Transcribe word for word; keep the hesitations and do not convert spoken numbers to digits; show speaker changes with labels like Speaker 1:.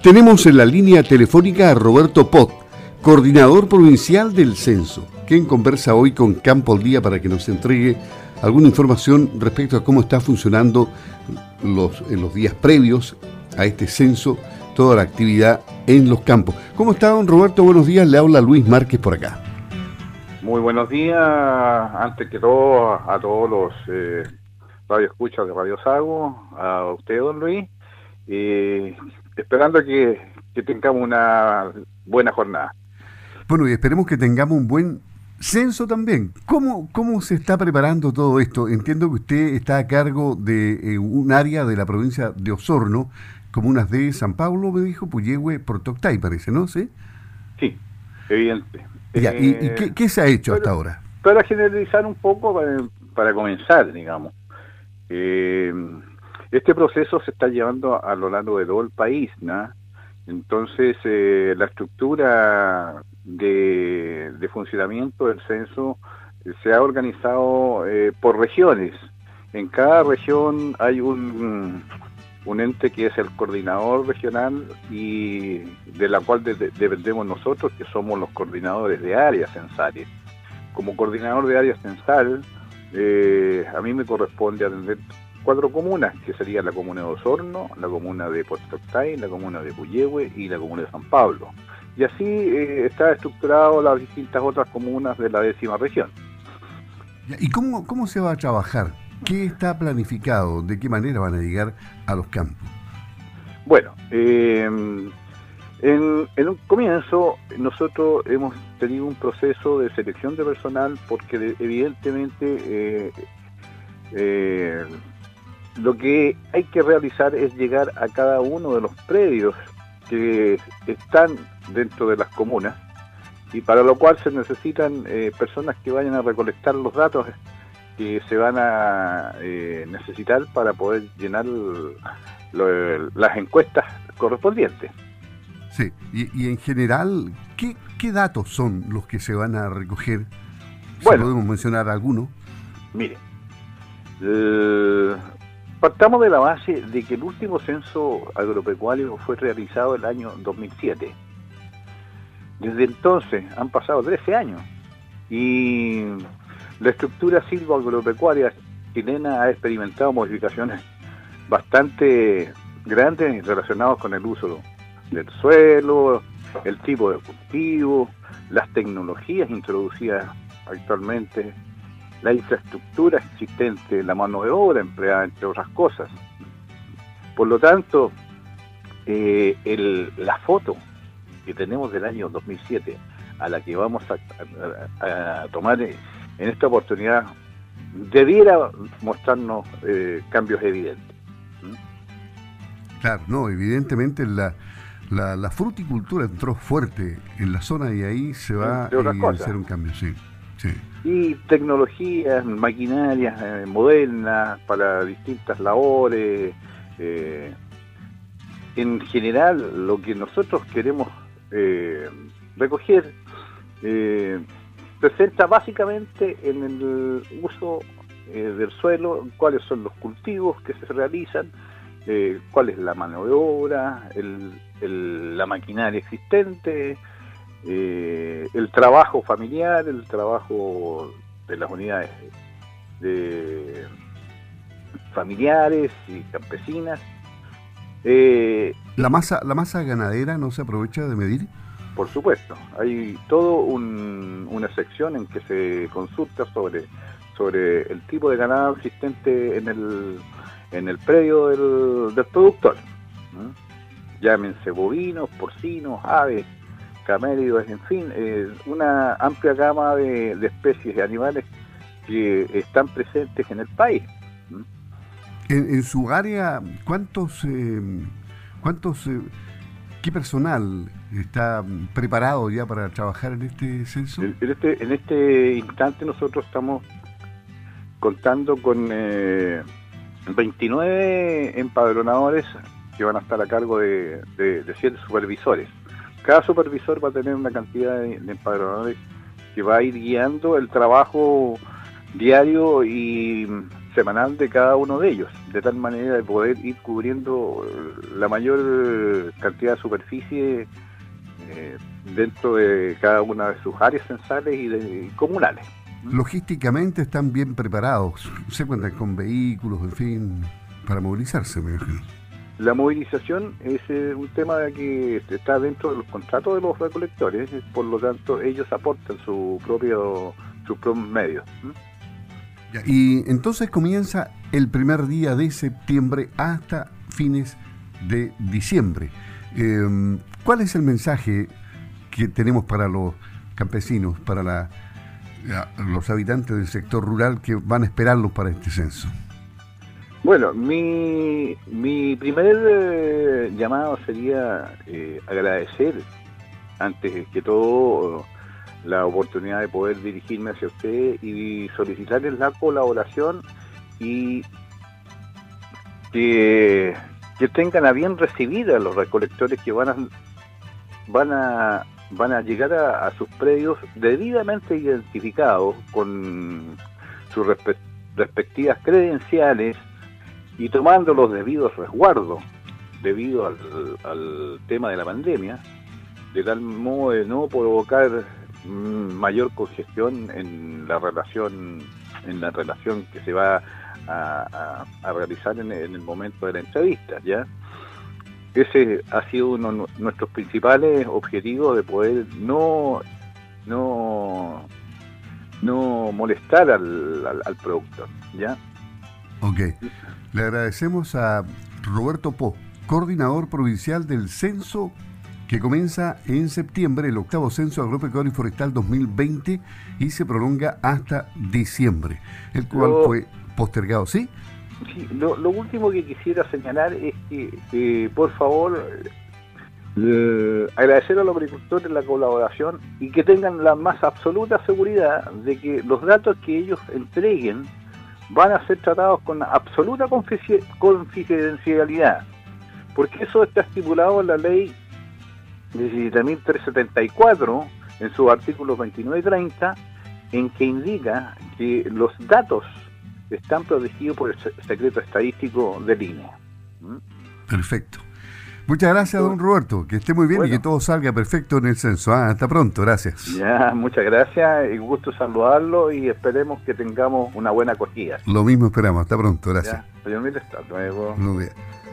Speaker 1: Tenemos en la línea telefónica a Roberto Pot, coordinador provincial del censo, quien conversa hoy con Campo al Día para que nos entregue alguna información respecto a cómo está funcionando los, en los días previos a este censo, toda la actividad en los campos. ¿Cómo está, don Roberto? Buenos días, le habla Luis Márquez por acá.
Speaker 2: Muy buenos días, antes que todo, a, a todos los eh, radioescuchas de Radio Sago, a usted, don Luis, eh, esperando que, que tengamos una buena jornada.
Speaker 1: Bueno, y esperemos que tengamos un buen censo también. ¿Cómo, cómo se está preparando todo esto? Entiendo que usted está a cargo de eh, un área de la provincia de Osorno, comunas de San Pablo, me dijo, Puyehue, Puerto Octay, parece, ¿no? Sí,
Speaker 2: sí, evidente.
Speaker 1: Ya, ¿y, y qué, qué se ha hecho
Speaker 2: para,
Speaker 1: hasta ahora?
Speaker 2: Para generalizar un poco, para, para comenzar, digamos. Eh, este proceso se está llevando a lo largo de todo el país, ¿no? Entonces, eh, la estructura de, de funcionamiento del censo eh, se ha organizado eh, por regiones. En cada región hay un, un ente que es el coordinador regional y de la cual de, de, dependemos nosotros, que somos los coordinadores de áreas censales. Como coordinador de áreas censal, eh, a mí me corresponde atender cuatro comunas, que serían la comuna de Osorno, la comuna de Puerto Octay, la comuna de Puyehue y la comuna de San Pablo. Y así eh, está estructurado las distintas otras comunas de la décima región.
Speaker 1: ¿Y cómo, cómo se va a trabajar? ¿Qué está planificado? ¿De qué manera van a llegar a los campos?
Speaker 2: Bueno, eh, en, en un comienzo nosotros hemos tenido un proceso de selección de personal porque de, evidentemente eh, eh, lo que hay que realizar es llegar a cada uno de los predios que están dentro de las comunas y para lo cual se necesitan eh, personas que vayan a recolectar los datos que se van a eh, necesitar para poder llenar lo, las encuestas correspondientes.
Speaker 1: Sí, y, y en general, ¿qué, ¿qué datos son los que se van a recoger? Si bueno, podemos mencionar algunos.
Speaker 2: Mire, el, partamos de la base de que el último censo agropecuario fue realizado el año dos mil siete. Desde entonces han pasado trece años y la estructura silvoagropecuaria chilena ha experimentado modificaciones bastante grandes relacionadas con el uso del suelo, el tipo de cultivo, las tecnologías introducidas actualmente, la infraestructura existente, la mano de obra empleada, entre otras cosas. Por lo tanto, eh, el, la foto que tenemos del año dos mil siete a la que vamos a, a, a tomar en esta oportunidad debiera mostrarnos eh, cambios evidentes. ¿Mm?
Speaker 1: Claro, no, evidentemente la, la, la fruticultura entró fuerte en la zona y ahí se va a hacer un cambio, sí. Sí.
Speaker 2: Y tecnologías, maquinarias eh, modernas para distintas labores. Eh, en general, lo que nosotros queremos eh, recoger eh, presenta básicamente en el uso eh, del suelo, cuáles son los cultivos que se realizan, eh, cuál es la mano de obra, el, el, la maquinaria existente, Eh, el trabajo familiar, el trabajo de las unidades de familiares y campesinas.
Speaker 1: Eh, ¿La masa, la masa ganadera no se aprovecha de medir?
Speaker 2: Por supuesto, hay todo un, una sección en que se consulta sobre, sobre el tipo de ganado existente en el, en el predio del, del productor. ¿Mm? Llámense bovinos, porcinos, aves, camélidos, en fin, eh, una amplia gama de, de especies de animales que están presentes en el país. ¿Mm?
Speaker 1: En, en su área, ¿cuántos, eh, cuántos, eh, qué personal está preparado ya para trabajar en este censo?
Speaker 2: En este, en este instante nosotros estamos contando con eh, veintinueve empadronadores que van a estar a cargo de, de, de siete supervisores. Cada supervisor va a tener una cantidad de, de empadronadores que va a ir guiando el trabajo diario y semanal de cada uno de ellos. de tal manera de poder ir cubriendo la mayor cantidad de superficie eh, dentro de cada una de sus áreas censales y, de, y comunales.
Speaker 1: Logísticamente están bien preparados, se cuentan con vehículos, en fin, para movilizarse, me imagino.
Speaker 2: La movilización es eh, un tema que está dentro de los contratos de los recolectores, por lo tanto ellos aportan su propio, sus propios medios. ¿Mm?
Speaker 1: Y entonces comienza el primer día de septiembre hasta fines de diciembre. Eh, ¿Cuál es el mensaje que tenemos para los campesinos, para la, la, los habitantes del sector rural que van a esperarlos para este censo?
Speaker 2: Bueno, mi, mi primer eh, llamado sería eh, agradecer, antes que todo, la oportunidad de poder dirigirme hacia usted y solicitarles la colaboración y que, que tengan a bien recibir a los recolectores que van a van a van a llegar a, a sus predios debidamente identificados con sus respe- respectivas credenciales y tomando los debidos resguardos debido al, al tema de la pandemia, de tal modo de no provocar mayor congestión en la relación en la relación que se va a, a, a realizar en, en el momento de la entrevista. Ya ese ha sido uno de nuestros principales objetivos, de poder no no no molestar al, al, al productor. Ya.
Speaker 1: Ok, le agradecemos a Roberto Po, coordinador provincial del censo que comienza en septiembre, el octavo censo agropecuario y forestal dos mil veinte, y se prolonga hasta diciembre, el cual lo, fue postergado, ¿sí?
Speaker 2: Sí, lo, lo último que quisiera señalar es que, eh, por favor, eh, agradecer a los agricultores la colaboración y que tengan la más absoluta seguridad de que los datos que ellos entreguen van a ser tratados con absoluta confidencialidad, porque eso está estipulado en la ley diecisiete mil trescientos setenta y cuatro, en sus artículos veintinueve y treinta, en que indica que los datos están protegidos por el secreto estadístico del I N E. ¿Mm?
Speaker 1: Perfecto. Muchas gracias, don Roberto. Que esté muy bien, bueno, y que todo salga perfecto en el censo. Ah, hasta pronto, gracias.
Speaker 2: Ya, muchas gracias, y gusto saludarlo y esperemos que tengamos una buena acogida.
Speaker 1: Lo mismo esperamos, hasta pronto, gracias.
Speaker 2: Ya, señor Miller, hasta luego.
Speaker 1: Muy bien.